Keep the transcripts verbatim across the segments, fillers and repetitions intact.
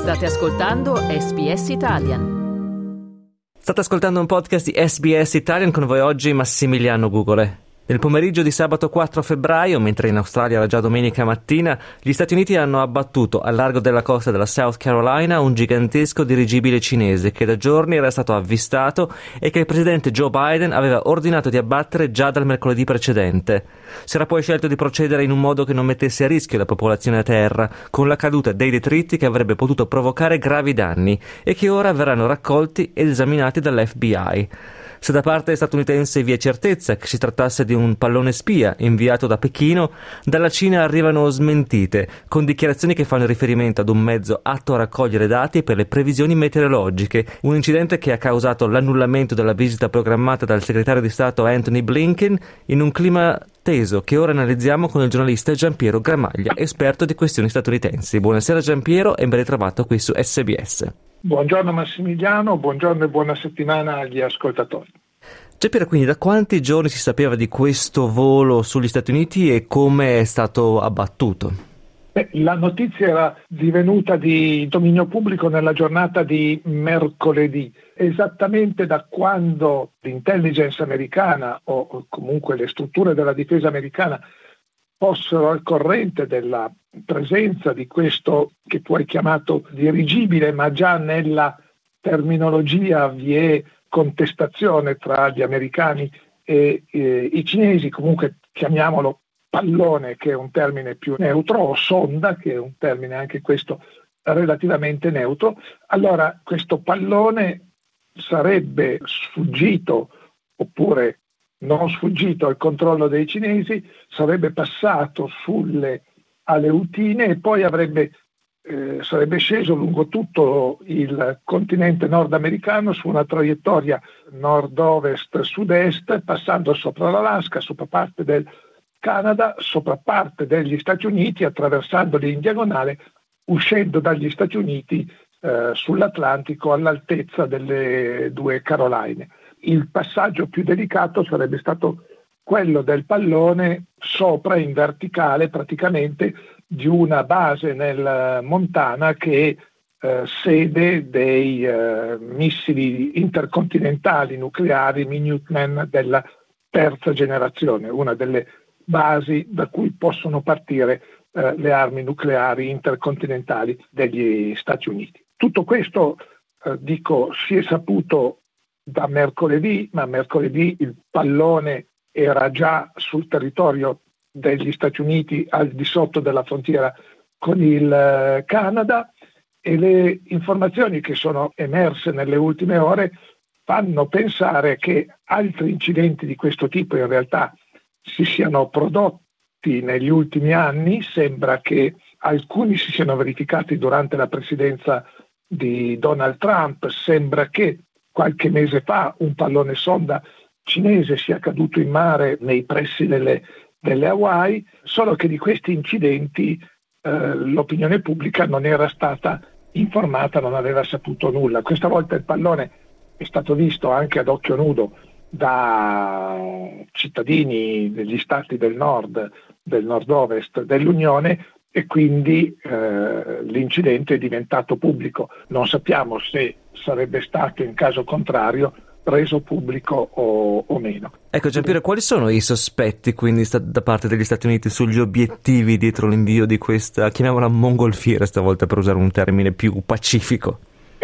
State ascoltando S B S Italian. State ascoltando un podcast di S B S Italian, con voi oggi Massimiliano Gugole. Nel pomeriggio di sabato quattro febbraio, mentre in Australia era già domenica mattina, gli Stati Uniti hanno abbattuto al largo della costa della South Carolina un gigantesco dirigibile cinese che da giorni era stato avvistato e che il presidente Joe Biden aveva ordinato di abbattere già dal mercoledì precedente. Si era poi scelto di procedere in un modo che non mettesse a rischio la popolazione a terra, con la caduta dei detriti che avrebbe potuto provocare gravi danni e che ora verranno raccolti ed esaminati dall'F B I. Se da parte statunitense vi è certezza che si trattasse di un pallone spia inviato da Pechino, dalla Cina arrivano smentite, con dichiarazioni che fanno riferimento ad un mezzo atto a raccogliere dati per le previsioni meteorologiche, un incidente che ha causato l'annullamento della visita programmata dal segretario di Stato Antony Blinken in un clima teso che ora analizziamo con il giornalista Giampiero Gramaglia, esperto di questioni statunitensi. Buonasera Giampiero e ben ritrovato qui su S B S. Buongiorno Massimiliano, buongiorno e buona settimana agli ascoltatori. Giampiero, quindi da quanti giorni si sapeva di questo volo sugli Stati Uniti e come è stato abbattuto? Beh, la notizia era divenuta di dominio pubblico nella giornata di mercoledì, esattamente da quando l'intelligence americana o comunque le strutture della difesa americana fossero al corrente della presenza di questo che tu hai chiamato dirigibile, ma già nella terminologia vi è contestazione tra gli americani e eh, i cinesi, comunque chiamiamolo pallone, che è un termine più neutro, o sonda, che è un termine anche questo relativamente neutro. Allora questo pallone sarebbe sfuggito oppure non sfuggito al controllo dei cinesi, sarebbe passato sulle Aleutine e poi avrebbe, eh, sarebbe sceso lungo tutto il continente nordamericano su una traiettoria nord-ovest-sud-est, passando sopra l'Alaska, sopra parte del Canada, sopra parte degli Stati Uniti, attraversandoli in diagonale, uscendo dagli Stati Uniti eh, sull'Atlantico all'altezza delle due Caroline. Il passaggio più delicato sarebbe stato quello del pallone sopra in verticale praticamente di una base nel Montana che è eh, sede dei eh, missili intercontinentali nucleari Minuteman della terza generazione, una delle basi da cui possono partire eh, le armi nucleari intercontinentali degli Stati Uniti. Tutto questo, eh, dico, si è saputo da mercoledì, ma mercoledì il pallone era già sul territorio degli Stati Uniti al di sotto della frontiera con il Canada, e le informazioni che sono emerse nelle ultime ore fanno pensare che altri incidenti di questo tipo in realtà si siano prodotti negli ultimi anni. Sembra che alcuni si siano verificati durante la presidenza di Donald Trump, sembra che qualche mese fa un pallone sonda cinese sia caduto in mare nei pressi delle, delle Hawaii, solo che di questi incidenti eh, l'opinione pubblica non era stata informata, non aveva saputo nulla. Questa volta il pallone è stato visto anche ad occhio nudo da cittadini degli stati del nord, del nord-ovest dell'Unione, e quindi eh, l'incidente è diventato pubblico. Non sappiamo se sarebbe stato in caso contrario reso pubblico o, o meno. Ecco Giampiero, quali sono i sospetti quindi sta- da parte degli Stati Uniti sugli obiettivi dietro l'invio di questa, chiamiamola mongolfiera stavolta per usare un termine più pacifico?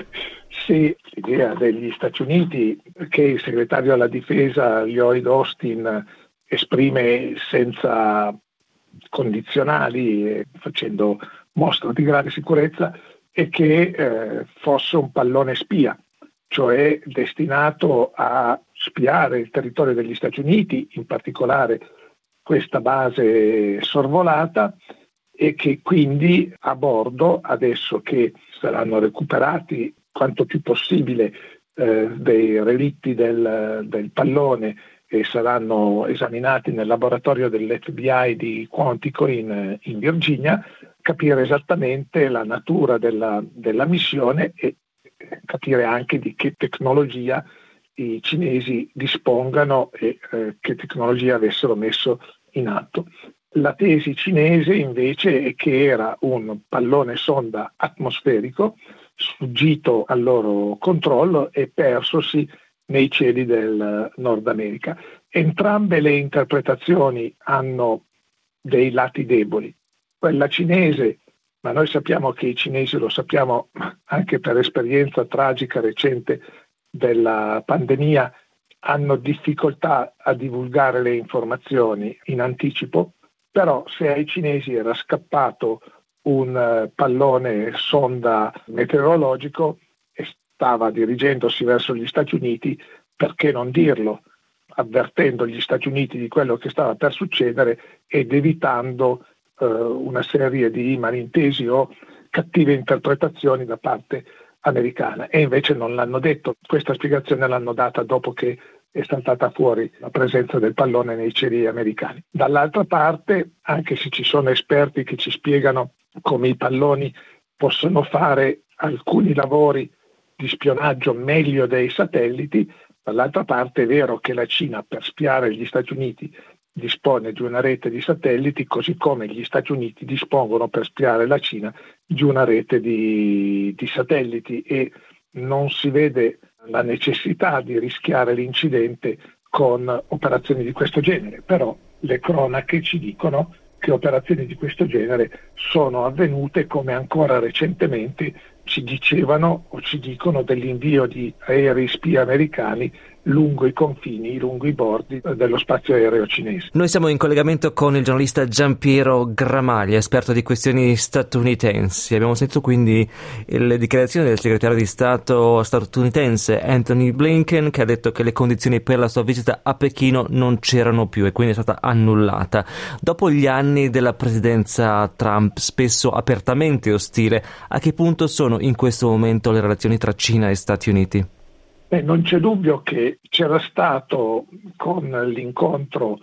Sì, l'idea degli Stati Uniti che il segretario alla difesa Lloyd Austin esprime senza condizionali e facendo mostra di grande sicurezza è che eh, fosse un pallone spia, cioè destinato a spiare il territorio degli Stati Uniti, in particolare questa base sorvolata, e che quindi a bordo, adesso che saranno recuperati quanto più possibile eh, dei relitti del, del pallone e saranno esaminati nel laboratorio dell'F B I di Quantico in, in Virginia, capire esattamente la natura della, della missione e capire anche di che tecnologia i cinesi dispongano e eh, che tecnologia avessero messo in atto. La tesi cinese invece è che era un pallone sonda atmosferico sfuggito al loro controllo e persosi nei cieli del Nord America. Entrambe le interpretazioni hanno dei lati deboli. Quella cinese, ma noi sappiamo che i cinesi, lo sappiamo anche per esperienza tragica recente della pandemia, hanno difficoltà a divulgare le informazioni in anticipo, però se ai cinesi era scappato un pallone sonda meteorologico e stava dirigendosi verso gli Stati Uniti, perché non dirlo, avvertendo gli Stati Uniti di quello che stava per succedere ed evitando eh, una serie di malintesi o cattive interpretazioni da parte americana. E invece non l'hanno detto, questa spiegazione l'hanno data dopo che è saltata fuori la presenza del pallone nei cieli americani. Dall'altra parte, anche se ci sono esperti che ci spiegano come i palloni possono fare alcuni lavori di spionaggio meglio dei satelliti, dall'altra parte è vero che la Cina per spiare gli Stati Uniti dispone di una rete di satelliti, così come gli Stati Uniti dispongono per spiare la Cina di una rete di, di satelliti, e non si vede la necessità di rischiare l'incidente con operazioni di questo genere. Però le cronache ci dicono che operazioni di questo genere sono avvenute, come ancora recentemente ci dicevano o ci dicono dell'invio di aerei spia americani lungo i confini, lungo i bordi dello spazio aereo cinese. Noi siamo in collegamento con il giornalista Giampiero Gramaglia, esperto di questioni statunitensi. Abbiamo sentito quindi le dichiarazioni del segretario di Stato statunitense Antony Blinken, che ha detto che le condizioni per la sua visita a Pechino non c'erano più e quindi è stata annullata. Dopo gli anni della presidenza Trump, spesso apertamente ostile, a che punto sono in questo momento le relazioni tra Cina e Stati Uniti? Beh, non c'è dubbio che c'era stato, con l'incontro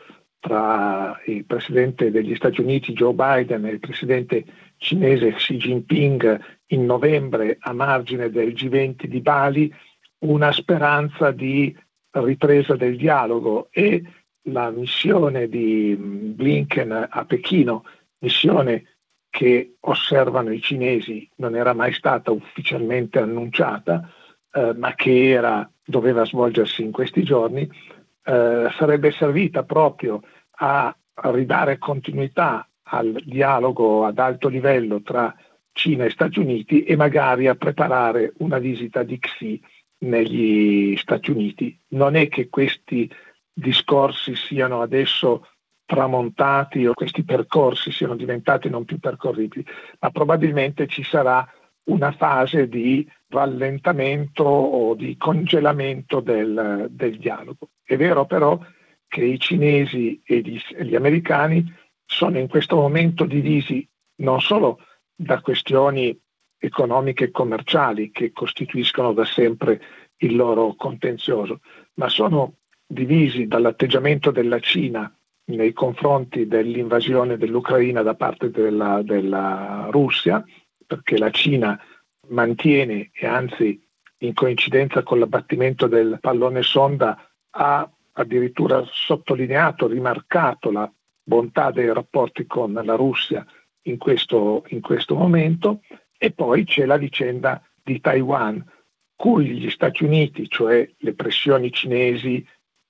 tra il presidente degli Stati Uniti Joe Biden e il presidente cinese Xi Jinping in novembre a margine del G venti di Bali, una speranza di ripresa del dialogo, e la missione di Blinken a Pechino, missione che osservano i cinesi non era mai stata ufficialmente annunciata, Eh, ma che era, doveva svolgersi in questi giorni, eh, sarebbe servita proprio a, a ridare continuità al dialogo ad alto livello tra Cina e Stati Uniti e magari a preparare una visita di Xi negli Stati Uniti. Non è che questi discorsi siano adesso tramontati o questi percorsi siano diventati non più percorribili, ma probabilmente ci sarà una fase di rallentamento o di congelamento del, del dialogo. È vero però che i cinesi e gli, e gli americani sono in questo momento divisi non solo da questioni economiche e commerciali che costituiscono da sempre il loro contenzioso, ma sono divisi dall'atteggiamento della Cina nei confronti dell'invasione dell'Ucraina da parte della, della Russia, perché la Cina mantiene, e anzi in coincidenza con l'abbattimento del pallone sonda ha addirittura sottolineato, rimarcato la bontà dei rapporti con la Russia in questo, in questo momento. E poi c'è la vicenda di Taiwan, cui gli Stati Uniti, cioè le pressioni cinesi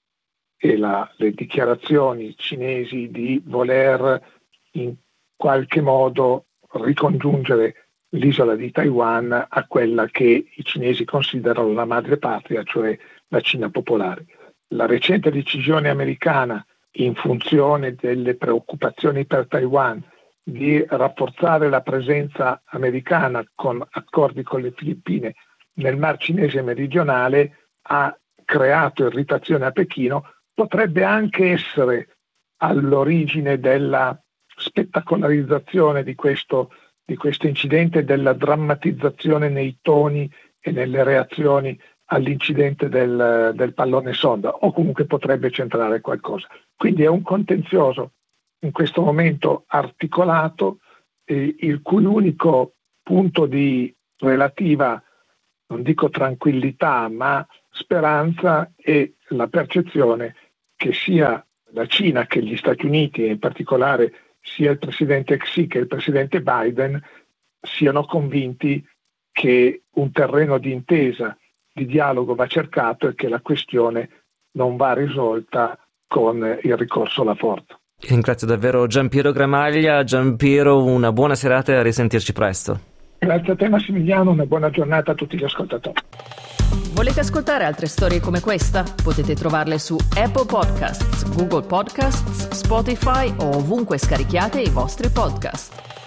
e la, le dichiarazioni cinesi di voler in qualche modo ricongiungere l'isola di Taiwan a quella che i cinesi considerano la madrepatria, cioè la Cina popolare. La recente decisione americana, in funzione delle preoccupazioni per Taiwan, di rafforzare la presenza americana con accordi con le Filippine nel Mar Cinese meridionale, ha creato irritazione a Pechino, potrebbe anche essere all'origine della spettacolarizzazione di questo di questo incidente, della drammatizzazione nei toni e nelle reazioni all'incidente del, del pallone sonda, o comunque potrebbe centrare qualcosa. Quindi è un contenzioso in questo momento articolato, eh, il cui unico punto di relativa, non dico tranquillità, ma speranza è la percezione che sia la Cina che gli Stati Uniti, e in particolare sia il presidente Xi che il presidente Biden siano convinti che un terreno di intesa, di dialogo va cercato e che la questione non va risolta con il ricorso alla forza. Ringrazio davvero Giampiero Gramaglia. Giampiero, una buona serata e a risentirci presto. Grazie a te Massimiliano, una buona giornata a tutti gli ascoltatori. Volete ascoltare altre storie come questa? Potete trovarle su Apple Podcasts, Google Podcasts, Spotify o ovunque scarichiate i vostri podcast.